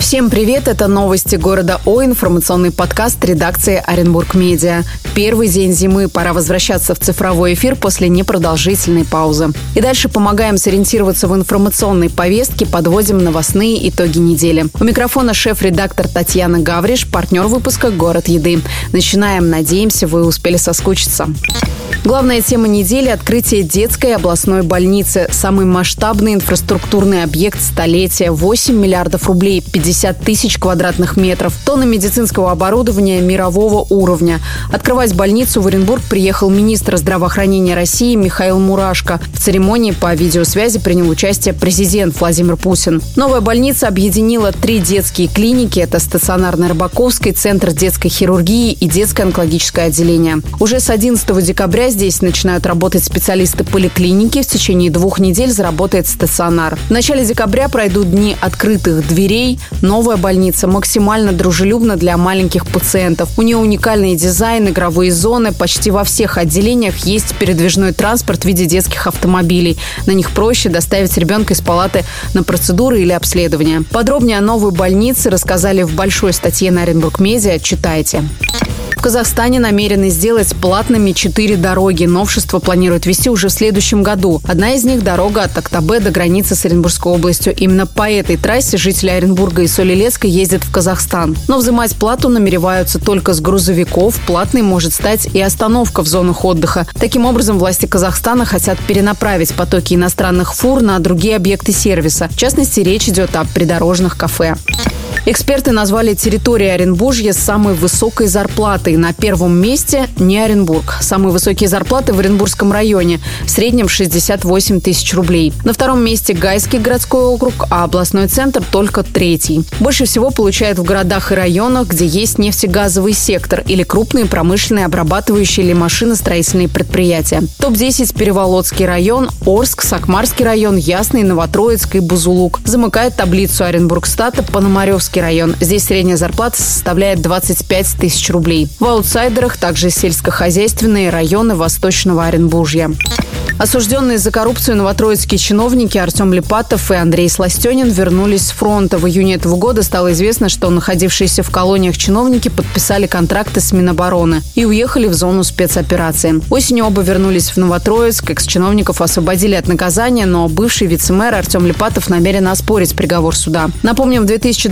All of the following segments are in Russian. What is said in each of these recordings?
Всем привет! Это новости города О, информационный подкаст редакции Оренбург Медиа. Первый день зимы, пора возвращаться в цифровой эфир после непродолжительной паузы. И дальше помогаем сориентироваться в информационной повестке, подводим новостные итоги недели. У микрофона шеф-редактор Татьяна Гавриш, партнер выпуска «Город еды». Начинаем. Надеемся, вы успели соскучиться. Главная тема недели – открытие детской областной больницы. Самый масштабный инфраструктурный объект столетия – 8 миллиардов рублей, 50 тысяч квадратных метров, тонны медицинского оборудования мирового уровня. Открывать больницу в Оренбург приехал министр здравоохранения России Михаил Мурашко. В церемонии по видеосвязи принял участие президент Владимир Путин. Новая больница объединила 3 детские клиники – это стационар на Рыбаковской, центр детской хирургии и детское онкологическое отделение. Уже с 11 декабря здесь начинают работать специалисты поликлиники. В течение 2 недель заработает стационар. В начале декабря пройдут дни открытых дверей. Новая больница максимально дружелюбна для маленьких пациентов. У нее уникальный дизайн, игровые зоны. Почти во всех отделениях есть передвижной транспорт в виде детских автомобилей. На них проще доставить ребенка из палаты на процедуры или обследования. Подробнее о новой больнице рассказали в большой статье на Оренбург Медиа. Читайте. В Казахстане намерены сделать платными 4 дороги. Новшество планируют ввести уже в следующем году. Одна из них – дорога от Актабе до границы с Оренбургской областью. Именно по этой трассе жители Оренбурга и Соль-Илецка ездят в Казахстан. Но взимать плату намереваются только с грузовиков. Платной может стать и остановка в зонах отдыха. Таким образом, власти Казахстана хотят перенаправить потоки иностранных фур на другие объекты сервиса. В частности, речь идет о придорожных кафе. Эксперты назвали территорию Оренбуржья самой высокой зарплатой. На первом месте не Оренбург. Самые высокие зарплаты в Оренбургском районе. В среднем 68 тысяч рублей. На втором месте Гайский городской округ, а областной центр только 3-й. Больше всего получают в городах и районах, где есть нефтегазовый сектор или крупные промышленные, обрабатывающие или машиностроительные предприятия. Топ-10 – Переволодский район, Орск, Сакмарский район, Ясный, Новотроицк и Бузулук. Замыкает таблицу Оренбургстата Пономаревский район. Здесь средняя зарплата составляет 25 тысяч рублей. В аутсайдерах также сельскохозяйственные районы Восточного Оренбуржья. Осужденные за коррупцию новотроицкие чиновники Артем Липатов и Андрей Сластенин вернулись с фронта. В июне этого года стало известно, что находившиеся в колониях чиновники подписали контракты с Минобороны и уехали в зону спецоперации. Осенью оба вернулись в Новотроицк. Экс-чиновников освободили от наказания, но бывший вице-мэр Артем Липатов намерен оспорить приговор суда. Напомним, в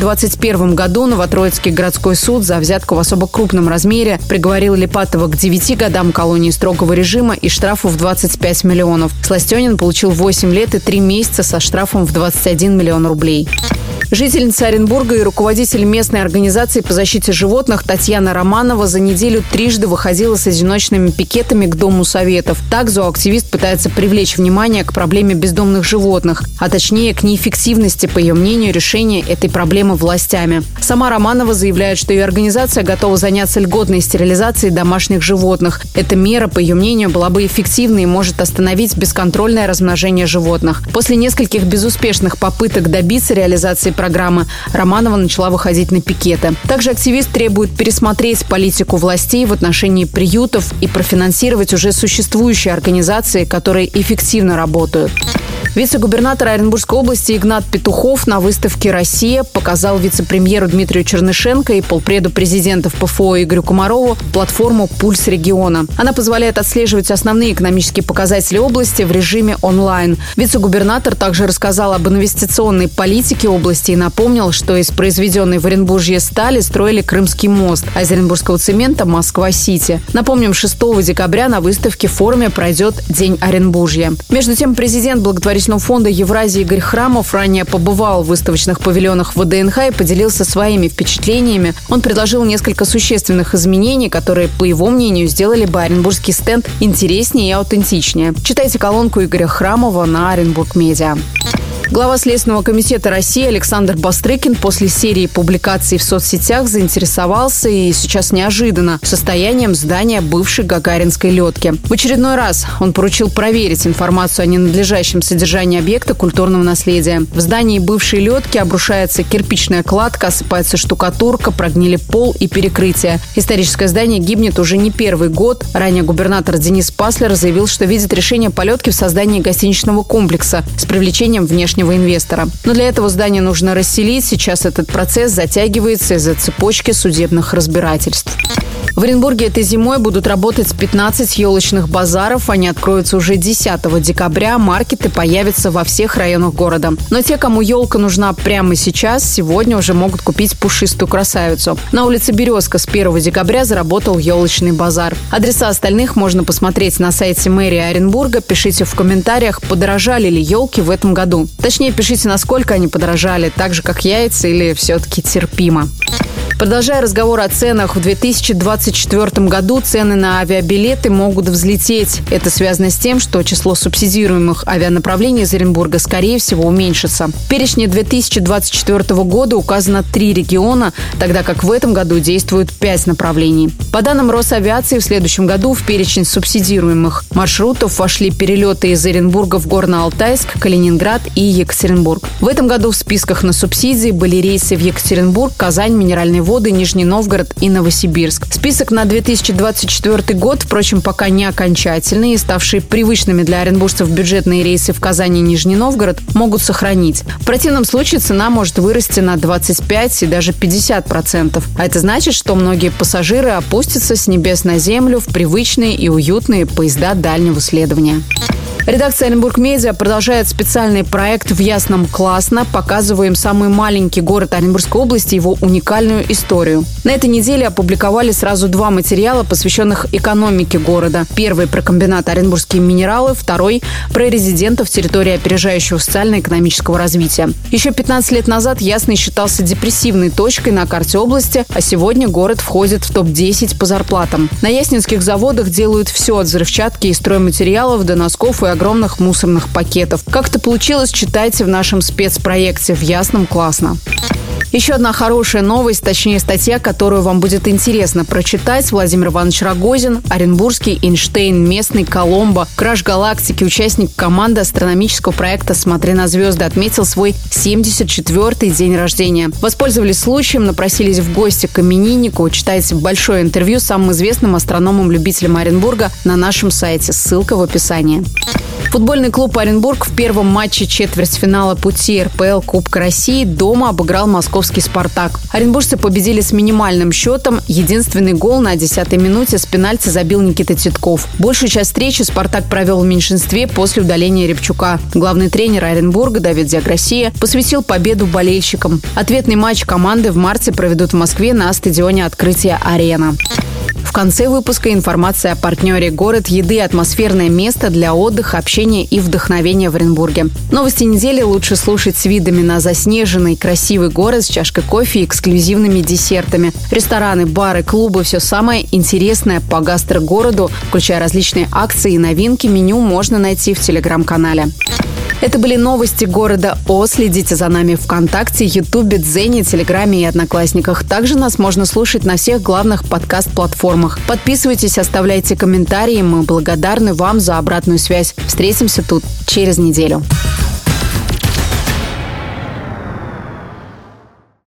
2021 году Новотроицкий городской суд за взятку в особо крупном размере приговорил Липатова к 9 годам колонии строгого режима и штрафу в 25 миллионов. Сластенин получил 8 лет и 3 месяца со штрафом в 21 миллион рублей. Жительница Оренбурга и руководитель местной организации по защите животных Татьяна Романова за неделю 3 выходила с одиночными пикетами к Дому советов. Так зооактивист пытается привлечь внимание к проблеме бездомных животных, а точнее к неэффективности, по ее мнению, решения этой проблемы властями. Сама Романова заявляет, что ее организация готова заняться льготной стерилизацией домашних животных. Эта мера, по ее мнению, была бы эффективной и может остановить бесконтрольное размножение животных. После нескольких безуспешных попыток добиться реализации программы, Романова начала выходить на пикеты. Также активист требует пересмотреть политику властей в отношении приютов и профинансировать уже существующие организации, которые эффективно работают. Вице-губернатор Оренбургской области Игнат Петухов на выставке «Россия» показал вице-премьеру Дмитрию Чернышенко и полпреду президента ПФО Игорю Комарову платформу «Пульс региона». Она позволяет отслеживать основные экономические показатели области в режиме онлайн. Вице-губернатор также рассказал об инвестиционной политике области и напомнил, что из произведенной в Оренбуржье стали строили Крымский мост, а из оренбургского цемента – Москва-Сити. Напомним, 6 декабря на выставке в форуме пройдет День Оренбуржья. Между тем, президент благотворительного фонда «Евразия» Игорь Храмов ранее побывал в выставочных павильонах ВДНХ и поделился своими впечатлениями. Он предложил несколько существенных изменений, которые, по его мнению, сделали бы оренбургский стенд интереснее и аутентичнее. Читайте колонку Игоря Храмова на Оренбург Медиа. Глава Следственного комитета России Александр Бастрыкин после серии публикаций в соцсетях заинтересовался и сейчас неожиданно состоянием здания бывшей Гагаринской летки. В очередной раз он поручил проверить информацию о ненадлежащем содержании объекта культурного наследия. В здании бывшей летки обрушается кирпичная кладка, осыпается штукатурка, прогнили пол и перекрытие. Историческое здание гибнет уже не первый год. Ранее губернатор Денис Паслер заявил, что видит решение по летке в создании гостиничного комплекса с привлечением внешних внешнего инвестора. Но для этого здание нужно расселить. Сейчас этот процесс затягивается из-за цепочки судебных разбирательств. В Оренбурге этой зимой будут работать 15 елочных базаров. Они откроются уже 10 декабря. Маркеты появятся во всех районах города. Но те, кому елка нужна прямо сейчас, сегодня уже могут купить пушистую красавицу. На улице Березка с 1 декабря заработал елочный базар. Адреса остальных можно посмотреть на сайте мэрии Оренбурга. Пишите в комментариях, подорожали ли елки в этом году. Точнее, пишите, насколько они подорожали, так же, как яйца, или все-таки терпимо. Продолжая разговор о ценах, в 2024 году цены на авиабилеты могут взлететь. Это связано с тем, что число субсидируемых авианаправлений из Оренбурга, скорее всего, уменьшится. В перечне 2024 года указано 3 региона, тогда как в этом году действуют 5 направлений. По данным Росавиации, в следующем году в перечень субсидируемых маршрутов вошли перелеты из Оренбурга в Горно-Алтайск, Калининград и Екатеринбург. В этом году в списках на субсидии были рейсы в Екатеринбург, Казань, Минеральные воды, Нижний Новгород и Новосибирск. Список на 2024 год, впрочем, пока не окончательный, и ставшие привычными для оренбуржцев бюджетные рейсы в Казани и Нижний Новгород могут сохранить. В противном случае цена может вырасти на 25 и даже 50%. А это значит, что многие пассажиры опустятся с небес на землю в привычные и уютные поезда дальнего следования. Редакция Оренбург Медиа продолжает специальный проект «В Ясном классно». Показываем самый маленький город Оренбургской области, его уникальную историю. На этой неделе опубликовали сразу 2 материала, посвященных экономике города. Первый про комбинат «Оренбургские минералы», второй про резидентов территории опережающего социально-экономического развития. Еще 15 лет назад Ясный считался депрессивной точкой на карте области, а сегодня город входит в топ-10 по зарплатам. На яснинских заводах делают все от взрывчатки и стройматериалов до носков и огромных мусорных пакетов. Как это получилось, читайте в нашем спецпроекте «В Ясном классно». Еще одна хорошая новость, точнее статья, которую вам будет интересно прочитать. Владимир Иванович Рогозин, оренбургский Эйнштейн, местный Коломбо, краш галактики, участник команды астрономического проекта «Смотри на звезды», отметил свой 74-й день рождения. Воспользовались случаем, напросились в гости к имениннику. Читайте большое интервью с самым известным астрономом-любителем Оренбурга на нашем сайте. Ссылка в описании. Футбольный клуб «Оренбург» в первом матче четвертьфинала пути РПЛ Кубка России дома обыграл московский «Спартак». Оренбуржцы победили с минимальным счетом. Единственный гол на 10-й минуте с пенальти забил Никита Титков. Большую часть встречи «Спартак» провел в меньшинстве после удаления Рябчука. Главный тренер Оренбурга Давид Диаграсия посвятил победу болельщикам. Ответный матч команды в марте проведут в Москве на стадионе «Открытие Арена». В конце выпуска информация о партнере «Город еды» – атмосферное место для отдыха, общения и вдохновения в Оренбурге. Новости недели лучше слушать с видами на заснеженный красивый город с чашкой кофе и эксклюзивными десертами. Рестораны, бары, клубы – все самое интересное по гастрогороду, включая различные акции и новинки, меню можно найти в телеграм-канале. Это были новости города О. Следите за нами ВКонтакте, Ютубе, Дзене, Телеграме и Одноклассниках. Также нас можно слушать на всех главных подкаст-платформах. Подписывайтесь, оставляйте комментарии. Мы благодарны вам за обратную связь. Встретимся тут через неделю.